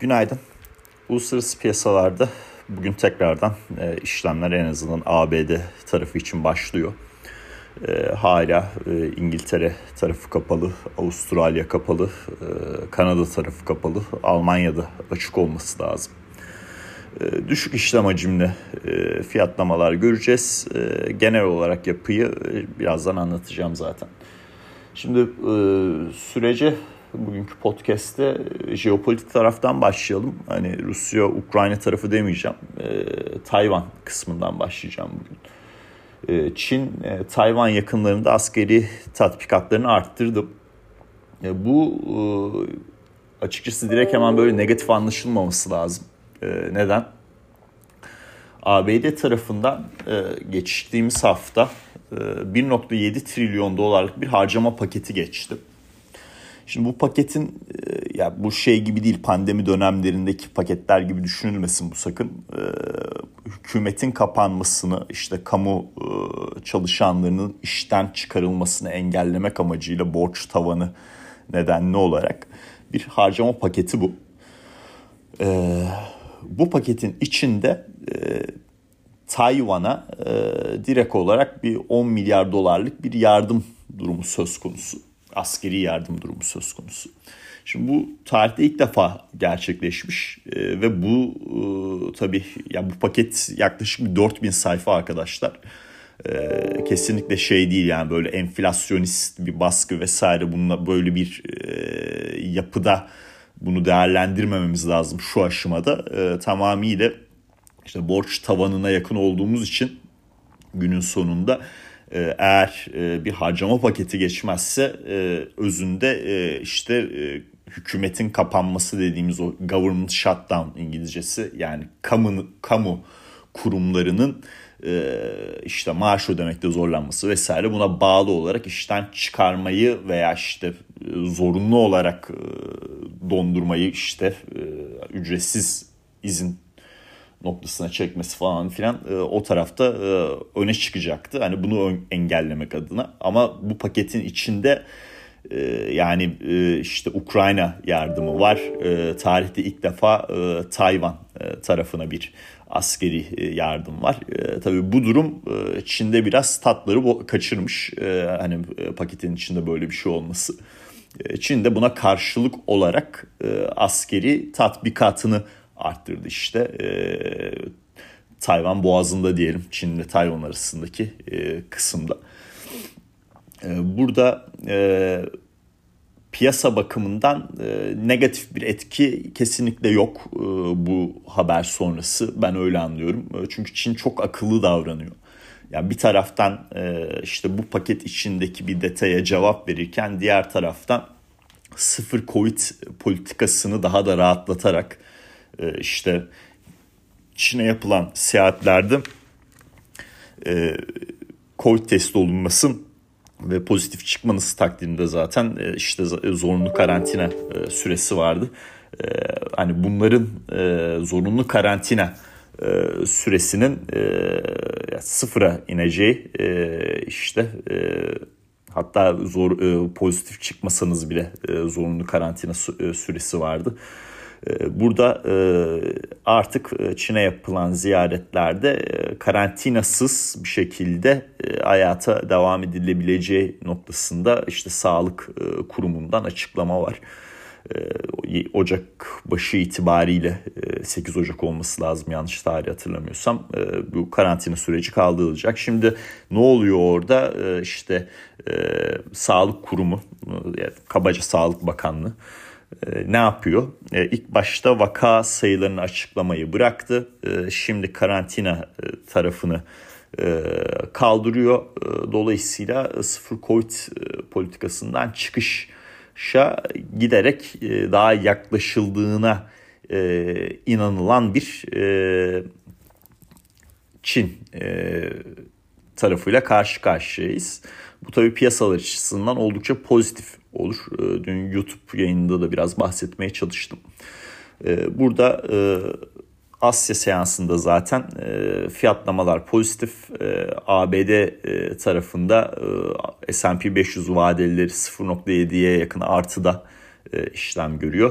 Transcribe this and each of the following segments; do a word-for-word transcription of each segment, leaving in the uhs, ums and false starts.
Günaydın. Uluslararası piyasalarda bugün tekrardan e, işlemler en azından A B D tarafı için başlıyor. E, hala e, İngiltere tarafı kapalı, Avustralya kapalı, e, Kanada tarafı kapalı, Almanya'da açık olması lazım. E, düşük işlem hacimli e, fiyatlamalar göreceğiz. E, genel olarak yapıyı e, birazdan anlatacağım zaten. Şimdi e, sürece bugünkü podcast'te jeopolitik taraftan başlayalım. Hani Rusya, Ukrayna tarafı demeyeceğim. E, Tayvan kısmından başlayacağım bugün. E, Çin, e, Tayvan yakınlarında askeri tatbikatlarını arttırdı. E, bu e, açıkçası direkt hemen böyle negatif anlaşılmaması lazım. E, neden? A B D tarafından e, geçtiğimiz hafta e, bir virgül yedi trilyon dolarlık bir harcama paketi geçti. Şimdi bu paketin e, ya bu şey gibi değil, pandemi dönemlerindeki paketler gibi düşünülmesin bu sakın. E, hükümetin kapanmasını, işte kamu e, çalışanlarının işten çıkarılmasını engellemek amacıyla borç tavanı nedenli olarak bir harcama paketi bu. E, bu paketin içinde e, Tayvan'a e, direkt olarak bir on milyar dolarlık bir yardım durumu söz konusu. Askeri yardım durumu söz konusu. Şimdi bu tarihte ilk defa gerçekleşmiş e, ve bu e, tabii ya bu paket yaklaşık bir dört bin sayfa arkadaşlar. E, kesinlikle şey değil yani böyle enflasyonist bir baskı vesaire, bununla böyle bir e, yapıda bunu değerlendirmememiz lazım şu aşamada. E, tamamıyla işte borç tavanına yakın olduğumuz için günün sonunda eğer bir harcama paketi geçmezse özünde işte hükümetin kapanması dediğimiz o government shutdown İngilizcesi, yani kamu kamu kurumlarının işte maaş ödemekte zorlanması vesaire, buna bağlı olarak işten çıkarmayı veya işte zorunlu olarak dondurmayı, işte ücretsiz izin noktasına çekmesi falan filan e, o tarafta e, öne çıkacaktı. Hani bunu engellemek adına. Ama bu paketin içinde e, yani e, işte Ukrayna yardımı var. E, tarihte ilk defa e, Tayvan e, tarafına bir askeri e, yardım var. E, tabii bu durum e, Çin'de biraz tatları bo- kaçırmış. E, hani e, paketin içinde böyle bir şey olması. E, Çin de buna karşılık olarak e, askeri tatbikatını arttırdı işte. E, Tayvan Boğazı'nda diyelim, Çin ile Tayvan arasındaki e, kısımda. E, burada e, piyasa bakımından e, negatif bir etki kesinlikle yok e, bu haber sonrası. Ben öyle anlıyorum. E, çünkü Çin çok akıllı davranıyor. Yani bir taraftan e, işte bu paket içindeki bir detaya cevap verirken diğer taraftan sıfır Covid politikasını daha da rahatlatarak işte Çin'e yapılan seyahatlerde e, Covid testi olunmasın ve pozitif çıkmanız takdirinde zaten e, işte zorunlu karantina e, süresi vardı. E, hani bunların e, zorunlu karantina e, süresinin e, sıfıra ineceği, e, işte e, hatta zor e, pozitif çıkmasanız bile e, zorunlu karantina e, süresi vardı. Burada artık Çin'e yapılan ziyaretlerde karantinasız bir şekilde hayata devam edilebileceği noktasında işte sağlık kurumundan açıklama var. Ocak başı itibariyle, sekiz Ocak olması lazım yanlış tarih hatırlamıyorsam, bu karantina süreci kaldırılacak. Şimdi ne oluyor orada? İşte sağlık kurumu, kabaca Sağlık Bakanlığı ne yapıyor? E, ilk başta vaka sayılarını açıklamayı bıraktı. E, şimdi karantina e, tarafını e, kaldırıyor. E, dolayısıyla sıfır Covid e, politikasından çıkışa giderek e, daha yaklaşıldığına e, inanılan bir e, Çin e, tarafıyla karşı karşıyayız. Bu tabii piyasalar açısından oldukça pozitif olur. Dün YouTube yayınında da biraz bahsetmeye çalıştım. Burada Asya seansında zaten fiyatlamalar pozitif. A B D tarafında S and P beş yüz vadelileri sıfır virgül yediye yakın artıda işlem görüyor.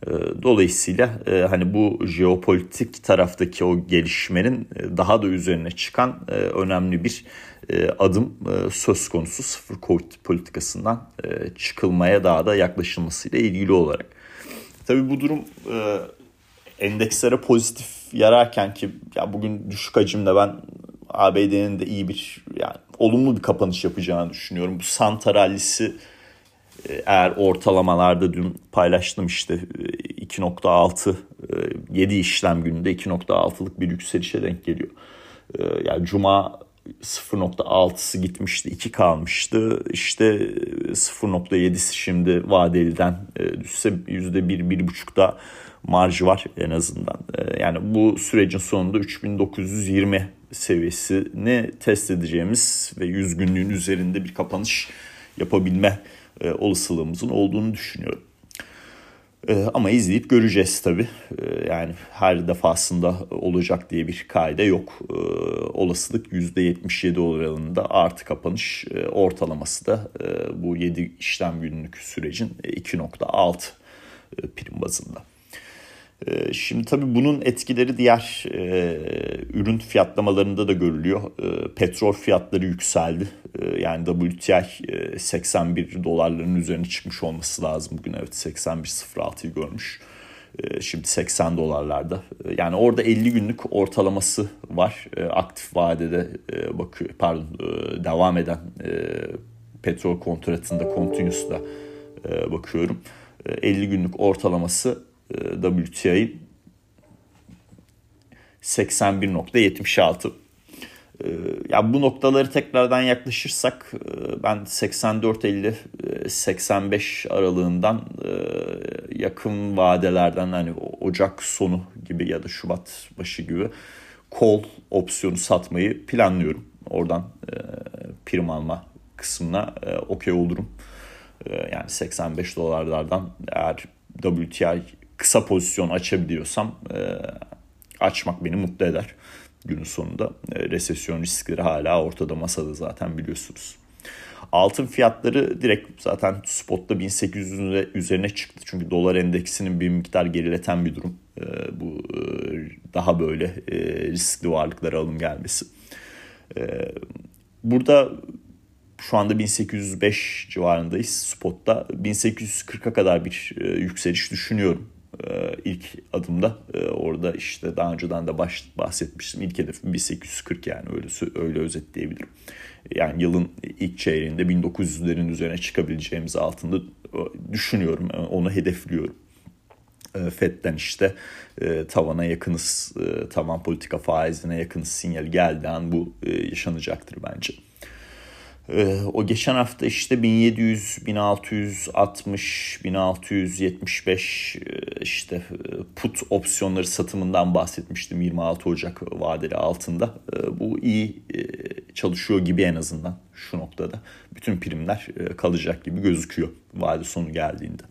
Dolayısıyla hani bu jeopolitik taraftaki o gelişmenin daha da üzerine çıkan önemli bir adım söz konusu sıfır Covid politikasından çıkılmaya daha da yaklaşılmasıyla ilgili olarak. Tabii bu durum endekslere pozitif yararken ki ya bugün düşük hacimde ben A B D'nin de iyi bir yani olumlu bir kapanış yapacağını düşünüyorum. Bu Santa rallisi eğer ortalamalarda dün paylaştım işte iki nokta altı yedi işlem gününde iki nokta altılık bir yükselişe denk geliyor. Yani Cuma sıfır nokta altısı gitmişti, iki kalmıştı. İşte sıfır nokta yedisi şimdi vadeliden düşse yüzde bir bir buçukta marjı var en azından. Yani bu sürecin sonunda üç bin dokuz yüz yirmi seviyesini test edeceğimiz ve yüz günlüğün üzerinde bir kapanış yapabilme olasılığımızın olduğunu düşünüyorum. Ama izleyip göreceğiz tabii. Yani her defasında olacak diye bir kaide yok. Olasılık yüzde yetmiş yedi oranında artı kapanış ortalaması da bu yedi işlem günlük sürecin iki nokta altı prim bazında. Şimdi tabii bunun etkileri diğer e, ürün fiyatlamalarında da görülüyor. E, petrol fiyatları yükseldi. E, yani W T I e, seksen bir dolarların üzerine çıkmış olması lazım bugün. Evet seksen bir nokta sıfır altıyı görmüş. E, şimdi seksen dolarlarda. E, yani orada elli günlük ortalaması var. E, aktif vadede e, bakıyor. Pardon e, devam eden e, petrol kontratında continuous'da e, bakıyorum. E, elli günlük ortalaması W T I seksen bir nokta yetmiş altı. Ya bu noktaları tekrardan yaklaşırsak ben seksen dört elli seksen beş aralığından yakın vadelerden hani Ocak sonu gibi ya da Şubat başı gibi call opsiyonu satmayı planlıyorum. Oradan prim alma kısmına okey olurum. Yani seksen beş dolarlardan eğer W T I kısa pozisyon açabiliyorsam e, açmak beni mutlu eder günün sonunda. E, resesyon riskleri hala ortada, masada zaten biliyorsunuz. Altın fiyatları direkt zaten spotta bin sekiz yüzün üzerine çıktı. Çünkü dolar endeksinin bir miktar gerileten bir durum. E, bu e, daha böyle e, riskli varlıklara alım gelmesi. E, burada şu anda bin sekiz yüz beş civarındayız spotta. bin sekiz yüz kırka kadar bir e, yükseliş düşünüyorum. E, ilk adımda e, orada işte daha önceden de baş, bahsetmiştim. İlk hedefim bin sekiz yüz kırk yani öyle öyle özetleyebilirim. Yani yılın ilk çeyreğinde bin dokuz yüzlerin üzerine çıkabileceğimiz altında düşünüyorum. Onu hedefliyorum. E, Fed'den işte e, tavana yakınız, e, tavan politika faizine yakınız sinyali geldiği an bu e, yaşanacaktır bence. O geçen hafta işte bin yedi yüz, bin altı yüz altmış, bin altı yüz yetmiş beş işte put opsiyonları satımından bahsetmiştim yirmi altı Ocak vadeli altında. Bu iyi çalışıyor gibi en azından şu noktada. Bütün primler kalacak gibi gözüküyor vade sonu geldiğinde.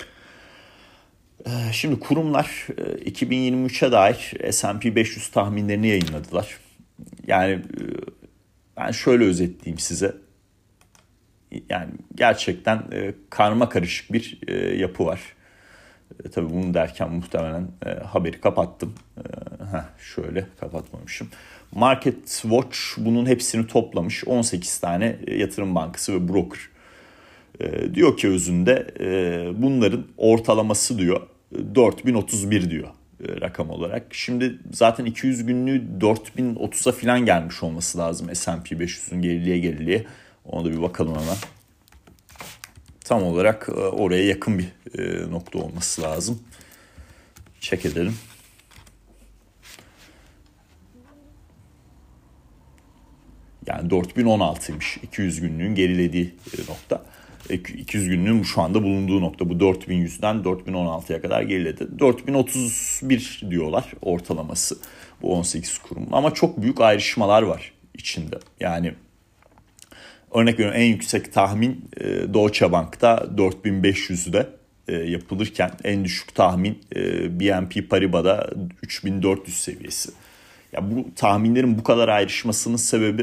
Şimdi kurumlar iki bin yirmi üçe dair S and P beş yüz tahminlerini yayınladılar. Yani ben şöyle özetleyeyim size. Yani gerçekten e, karma karışık bir e, yapı var. E, tabii bunu derken muhtemelen e, haberi kapattım. E, heh, şöyle kapatmamışım. Market Watch bunun hepsini toplamış. on sekiz tane yatırım bankası ve broker. E, diyor ki özünde e, bunların ortalaması diyor dört bin otuz bir diyor e, rakam olarak. Şimdi zaten iki yüz günlüğü dört bin otuza falan gelmiş olması lazım S and P beş yüzün geriliğe geriliğe. Ona da bir bakalım hemen. Tam olarak oraya yakın bir nokta olması lazım. Check edelim. Yani dört bin on altıymış iki yüz günlüğün gerilediği nokta. iki yüz günlüğün şu anda bulunduğu nokta. Bu dört bin yüzden dört bin on altıya kadar geriledi. dört bin otuz bir diyorlar ortalaması bu on sekiz kurum. Ama çok büyük ayrışmalar var içinde. Yani örnek veriyorum en yüksek tahmin Deutsche Bank'ta dört bin beş yüzde yapılırken en düşük tahmin B N P Paribas'da üç bin dört yüz seviyesi. Ya bu tahminlerin bu kadar ayrışmasının sebebi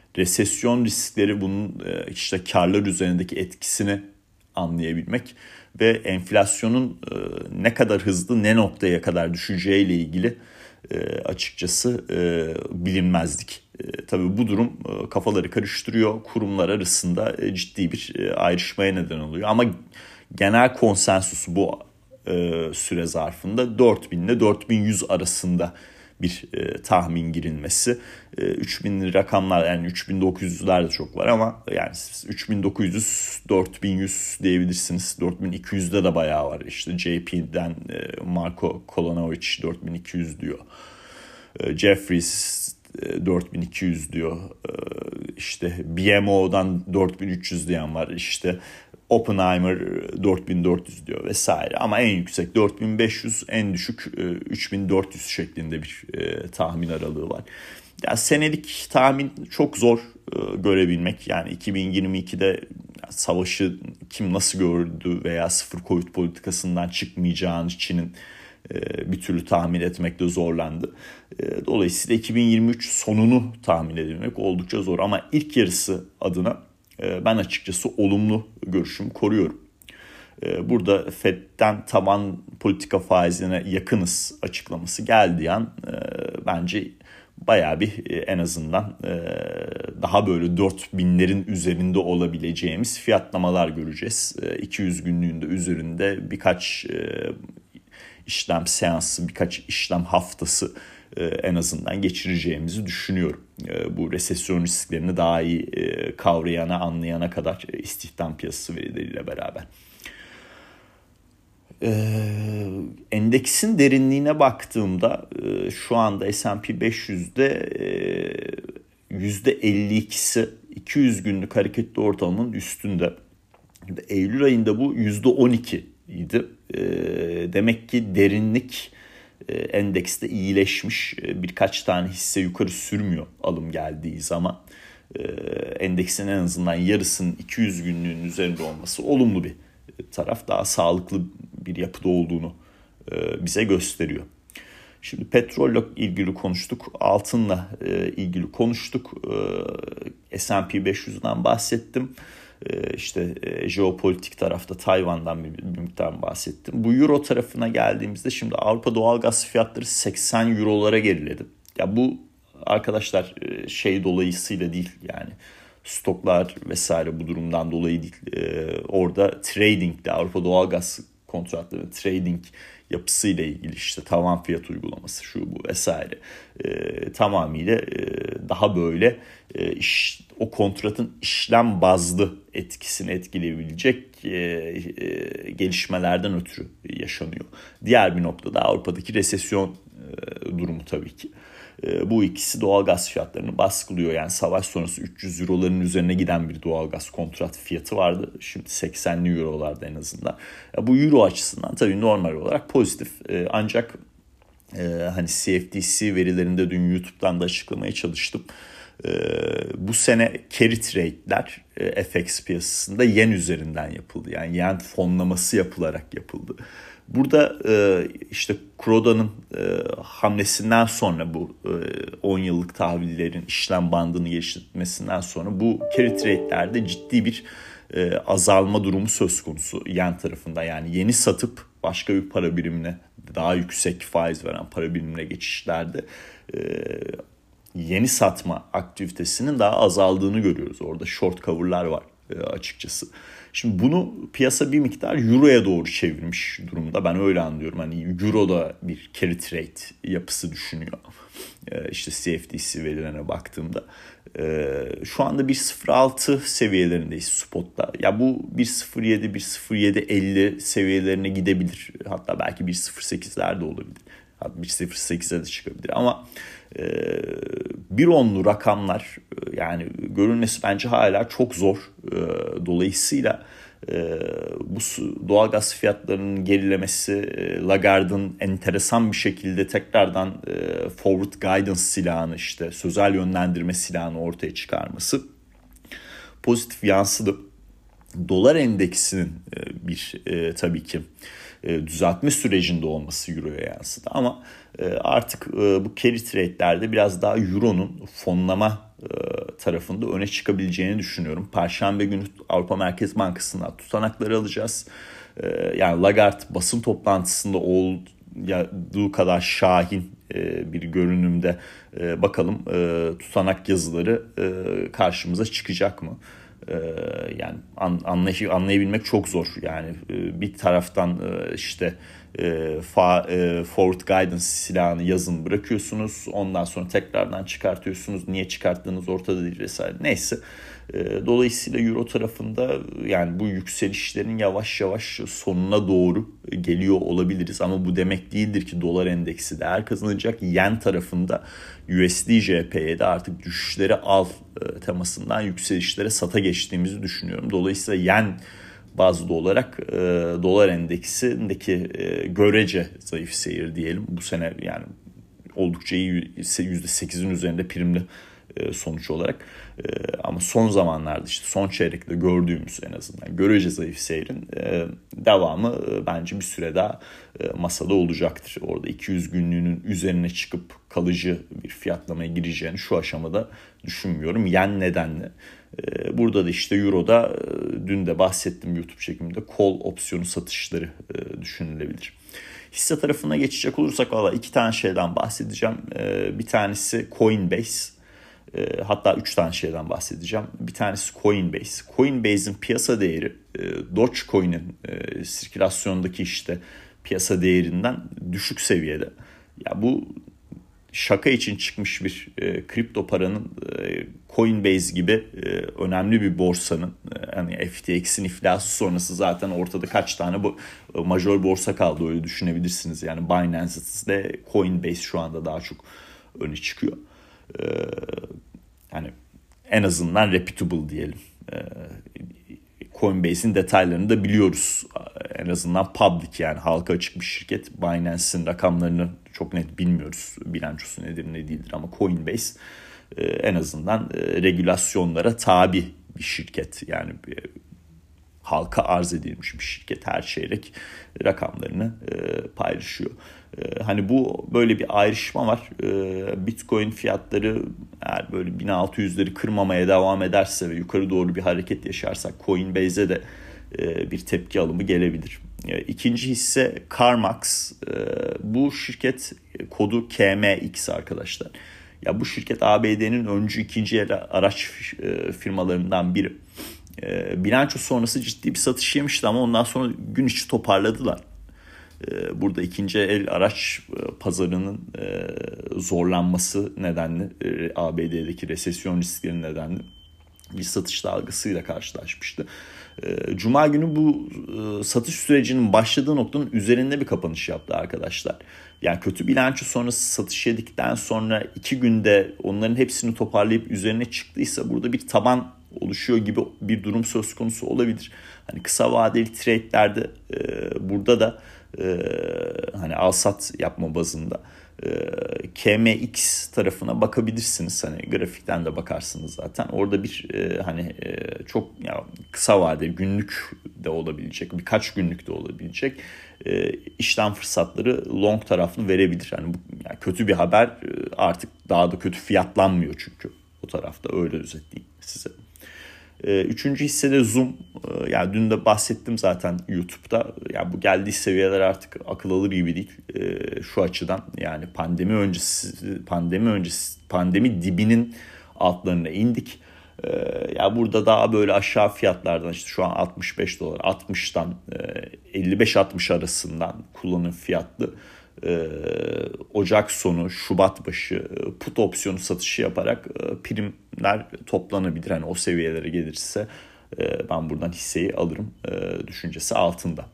resesyon riskleri bunun işte karlar üzerindeki etkisini anlayabilmek ve enflasyonun e, ne kadar hızlı ne noktaya kadar düşeceğiyle ilgili e, açıkçası e, bilinmezlik. E, tabii bu durum e, kafaları karıştırıyor. Kurumlar arasında e, ciddi bir e, ayrışmaya neden oluyor. Ama genel konsensus bu e, süre zarfında dört bin ile dört bin yüz arasında bir e, tahmin girilmesi. E, üç binli rakamlar, yani üç bin dokuz yüzler de çok var ama yani üç bin dokuz yüz dört bin yüz diyebilirsiniz. dört bin iki yüzde de bayağı var. İşte J P'den e, Marko Kolanovic dört bin iki yüz diyor. E, Jeffries e, dört bin iki yüz diyor. E, işte B M O'dan dört bin üç yüz diyen var. İşte Oppenheimer dört bin dört yüz diyor vesaire, ama en yüksek dört bin beş yüz, en düşük üç bin dört yüz şeklinde bir e, tahmin aralığı var. Yani senelik tahmin çok zor e, görebilmek. Yani iki bin yirmi ikide savaşı kim nasıl gördü veya sıfır Covid politikasından çıkmayacağını Çin'in e, bir türlü tahmin etmekte zorlandı. E, dolayısıyla iki bin yirmi üç sonunu tahmin edilmek oldukça zor, ama ilk yarısı adına ben açıkçası olumlu görüşümü koruyorum. Burada Fed'den taban politika faizine yakınız açıklaması geldiği an bence bayağı bir, en azından daha böyle dört binlerin üzerinde olabileceğimiz fiyatlamalar göreceğiz. iki yüz günlüğünde üzerinde birkaç işlem seansı, birkaç işlem haftası en azından geçireceğimizi düşünüyorum. Bu resesyon risklerini daha iyi kavrayana, anlayana kadar, istihdam piyasası verileriyle beraber. Endeksin derinliğine baktığımda şu anda S and P beş yüzde yüzde elli ikisi iki yüz günlük hareketli ortalamanın üstünde. Eylül ayında bu yüzde on iki idi. Demek ki derinlik endekste iyileşmiş, birkaç tane hisse yukarı sürmüyor alım geldiği zaman. Endeksin en azından yarısının iki yüz günlüğün üzerinde olması olumlu bir taraf. Daha sağlıklı bir yapıda olduğunu bize gösteriyor. Şimdi petrolle ilgili konuştuk, altınla ilgili konuştuk, S and P beş yüzden bahsettim. İşte e, jeopolitik tarafta Tayvan'dan bir, bir miktar bahsettim. Bu euro tarafına geldiğimizde şimdi Avrupa doğalgaz fiyatları seksen eurolara geriledi. Ya bu arkadaşlar e, şey dolayısıyla değil, yani stoklar vesaire bu durumdan dolayı değil. E, orada trading de Avrupa doğalgaz kontratları trading yapısıyla ilgili, işte tavan fiyat uygulaması şu bu vesaire, e, tamamıyla e, daha böyle e, iş, o kontratın işlem bazlı etkisini etkileyebilecek e, e, gelişmelerden ötürü yaşanıyor. Diğer bir noktada Avrupa'daki resesyon e, durumu tabii ki. E, bu ikisi doğalgaz fiyatlarını baskılıyor. Yani savaş sonrası üç yüz euroların üzerine giden bir doğalgaz kontrat fiyatı vardı. Şimdi seksenli eurolarda en azından. Ya bu euro açısından tabii normal olarak pozitif. E, ancak e, hani C F T C verilerinde dün YouTube'dan da açıklamaya çalıştım. Ee, bu sene carry trade'ler e, F X piyasasında yen üzerinden yapıldı. Yani yen fonlaması yapılarak yapıldı. Burada e, işte Kuroda'nın e, hamlesinden sonra, bu e, on yıllık tahvillerin işlem bandını genişletmesinden sonra bu carry trade'lerde ciddi bir e, azalma durumu söz konusu yen tarafında. Yani yeni satıp başka bir para birimine, daha yüksek faiz veren para birimine geçişlerde e, yeni satma aktivitesinin daha azaldığını görüyoruz. Orada short cover'lar var e, açıkçası. Şimdi bunu piyasa bir miktar euroya doğru çevirmiş durumda. Ben öyle anlıyorum. Hani euroda bir carry trade yapısı düşünüyor. E, işte C F T C verilerine baktığımda. E, şu anda bir sıfır altı seviyelerindeyiz spotta. Ya bu bir sıfır yedi, bir sıfır yedi elli seviyelerine gidebilir. Hatta belki bir sıfır sekizler de olabilir. bir sıfır sekize de çıkabilir, ama e, bir onlu rakamlar, yani görülmesi bence hala çok zor. E, dolayısıyla e, bu doğalgaz fiyatlarının gerilemesi, e, Lagarde'ın enteresan bir şekilde tekrardan e, forward guidance silahını, işte sözel yönlendirme silahını ortaya çıkarması pozitif yansıdı. Dolar endeksinin e, bir e, tabii ki düzeltme sürecinde olması euroya yansıdı, ama artık bu carry trade'lerde biraz daha euronun fonlama tarafında öne çıkabileceğini düşünüyorum. Perşembe günü Avrupa Merkez Bankası'ndan tutanakları alacağız. Yani Lagarde basın toplantısında olduğu kadar şahin bir görünümde bakalım tutanak yazıları karşımıza çıkacak mı? Yani anlay- anlayabilmek çok zor. Yani bir taraftan işte forward guidance silahını yazın bırakıyorsunuz. Ondan sonra tekrardan çıkartıyorsunuz. Niye çıkarttığınız ortada değil vesaire. Neyse. Dolayısıyla Euro tarafında yani bu yükselişlerin yavaş yavaş sonuna doğru geliyor olabiliriz. Ama bu demek değildir ki dolar endeksi değer kazanacak. Yen tarafında U S D J P'ye de artık düşüşleri al temasından yükselişlere sata geçtiğimizi düşünüyorum. Dolayısıyla yen bazlı olarak e, dolar endeksindeki e, görece zayıf seyir diyelim. Bu sene yani oldukça iyi, yüzde sekizin üzerinde primli e, sonuç olarak. E, ama son zamanlarda işte son çeyrekte gördüğümüz en azından görece zayıf seyrin e, devamı e, bence bir süre daha e, masada olacaktır. Orada iki yüz günlüğünün üzerine çıkıp kalıcı bir fiyatlamaya gireceğini şu aşamada düşünmüyorum. Yen nedenle. Burada da işte Euro'da dün de bahsettim YouTube çekiminde call opsiyonu satışları düşünülebilir. Hisse tarafına geçecek olursak valla iki tane şeyden bahsedeceğim. Bir tanesi Coinbase. Hatta üç tane şeyden bahsedeceğim. Bir tanesi Coinbase. Coinbase'in piyasa değeri Dogecoin'in sirkülasyondaki işte piyasa değerinden düşük seviyede. Ya bu şaka için çıkmış bir e, kripto paranın e, Coinbase gibi e, önemli bir borsanın e, hani F T X'in iflası sonrası zaten ortada kaç tane bu e, major borsa kaldı öyle düşünebilirsiniz. Yani Binance ile Coinbase şu anda daha çok öne çıkıyor. E, yani en azından reputable diyelim. E, Coinbase'in detaylarını da biliyoruz. En azından public yani halka açık bir şirket. Binance'in rakamlarını çok net bilmiyoruz. Bilançosu nedir ne değildir ama Coinbase en azından regülasyonlara tabi bir şirket. Yani halka arz edilmiş bir şirket, her çeyrek rakamlarını paylaşıyor. Hani bu böyle bir ayrışma var. Bitcoin fiyatları eğer böyle bin altı yüzleri kırmamaya devam ederse ve yukarı doğru bir hareket yaşarsak Coinbase'e de bir tepki alımı gelebilir. İkinci hisse CarMax. Bu şirket kodu K M X arkadaşlar. Ya bu şirket A B D'nin öncü ikinci el araç firmalarından biri. Bilanço sonrası ciddi bir satış yemişti ama ondan sonra gün içi toparladılar. Burada ikinci el araç pazarının zorlanması nedenli, A B D'deki resesyon riskleri nedenli bir satış dalgasıyla karşılaşmıştı. Cuma günü bu satış sürecinin başladığı noktanın üzerinde bir kapanış yaptı arkadaşlar. Yani kötü bilanço sonrası satış yedikten sonra iki günde onların hepsini toparlayıp üzerine çıktıysa burada bir taban oluşuyor gibi bir durum söz konusu olabilir. Hani kısa vadeli trade'lerde e, burada da e, hani al-sat yapma bazında e, K M X tarafına bakabilirsiniz. Hani grafikten de bakarsınız zaten. Orada bir e, hani e, çok ya, kısa vadeli günlük de olabilecek, birkaç günlük de olabilecek e, işlem fırsatları long tarafını verebilir. Yani bu yani kötü bir haber e, artık daha da kötü fiyatlanmıyor çünkü o tarafta, öyle özetleyeyim size. Üçüncü hissede Zoom. Yani dün de bahsettim zaten YouTube'da. Yani bu geldiği seviyeler artık akıl alır gibi değil. Şu açıdan yani pandemi öncesi pandemi öncesi pandemi dibinin altlarına indik. Ya burada daha böyle aşağı fiyatlardan işte şu an altmış beş dolar altmıştan elli beş altmış arasından kullanım fiyatlı Ocak sonu, Şubat başı put opsiyonu satışı yaparak primler toplanabilir. Hani o seviyelere gelirse ben buradan hisseyi alırım düşüncesi altında.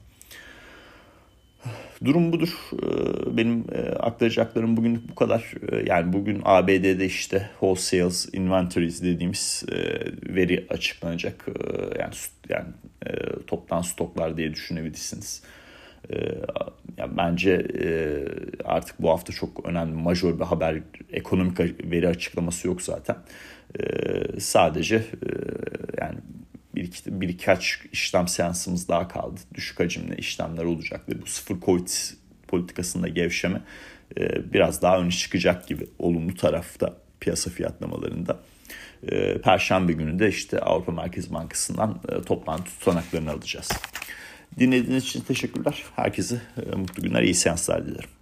Durum budur. Benim aktaracaklarım bugün bu kadar. Yani bugün A B D'de işte wholesales inventories dediğimiz veri açıklanacak. Yani yani toptan stoklar diye düşünebilirsiniz. Yani bence artık bu hafta çok önemli, majör bir haber, ekonomik veri açıklaması yok zaten. Sadece yani bir iki, bir birkaç işlem seansımız daha kaldı. Düşük hacimli işlemler olacak ve bu sıfır Covid politikasında gevşeme biraz daha öne çıkacak gibi olumlu tarafta piyasa fiyatlamalarında. Perşembe günü de işte Avrupa Merkez Bankası'ndan toplantı tutanaklarını alacağız. Dinlediğiniz için teşekkürler. Herkese mutlu günler, iyi seanslar dilerim.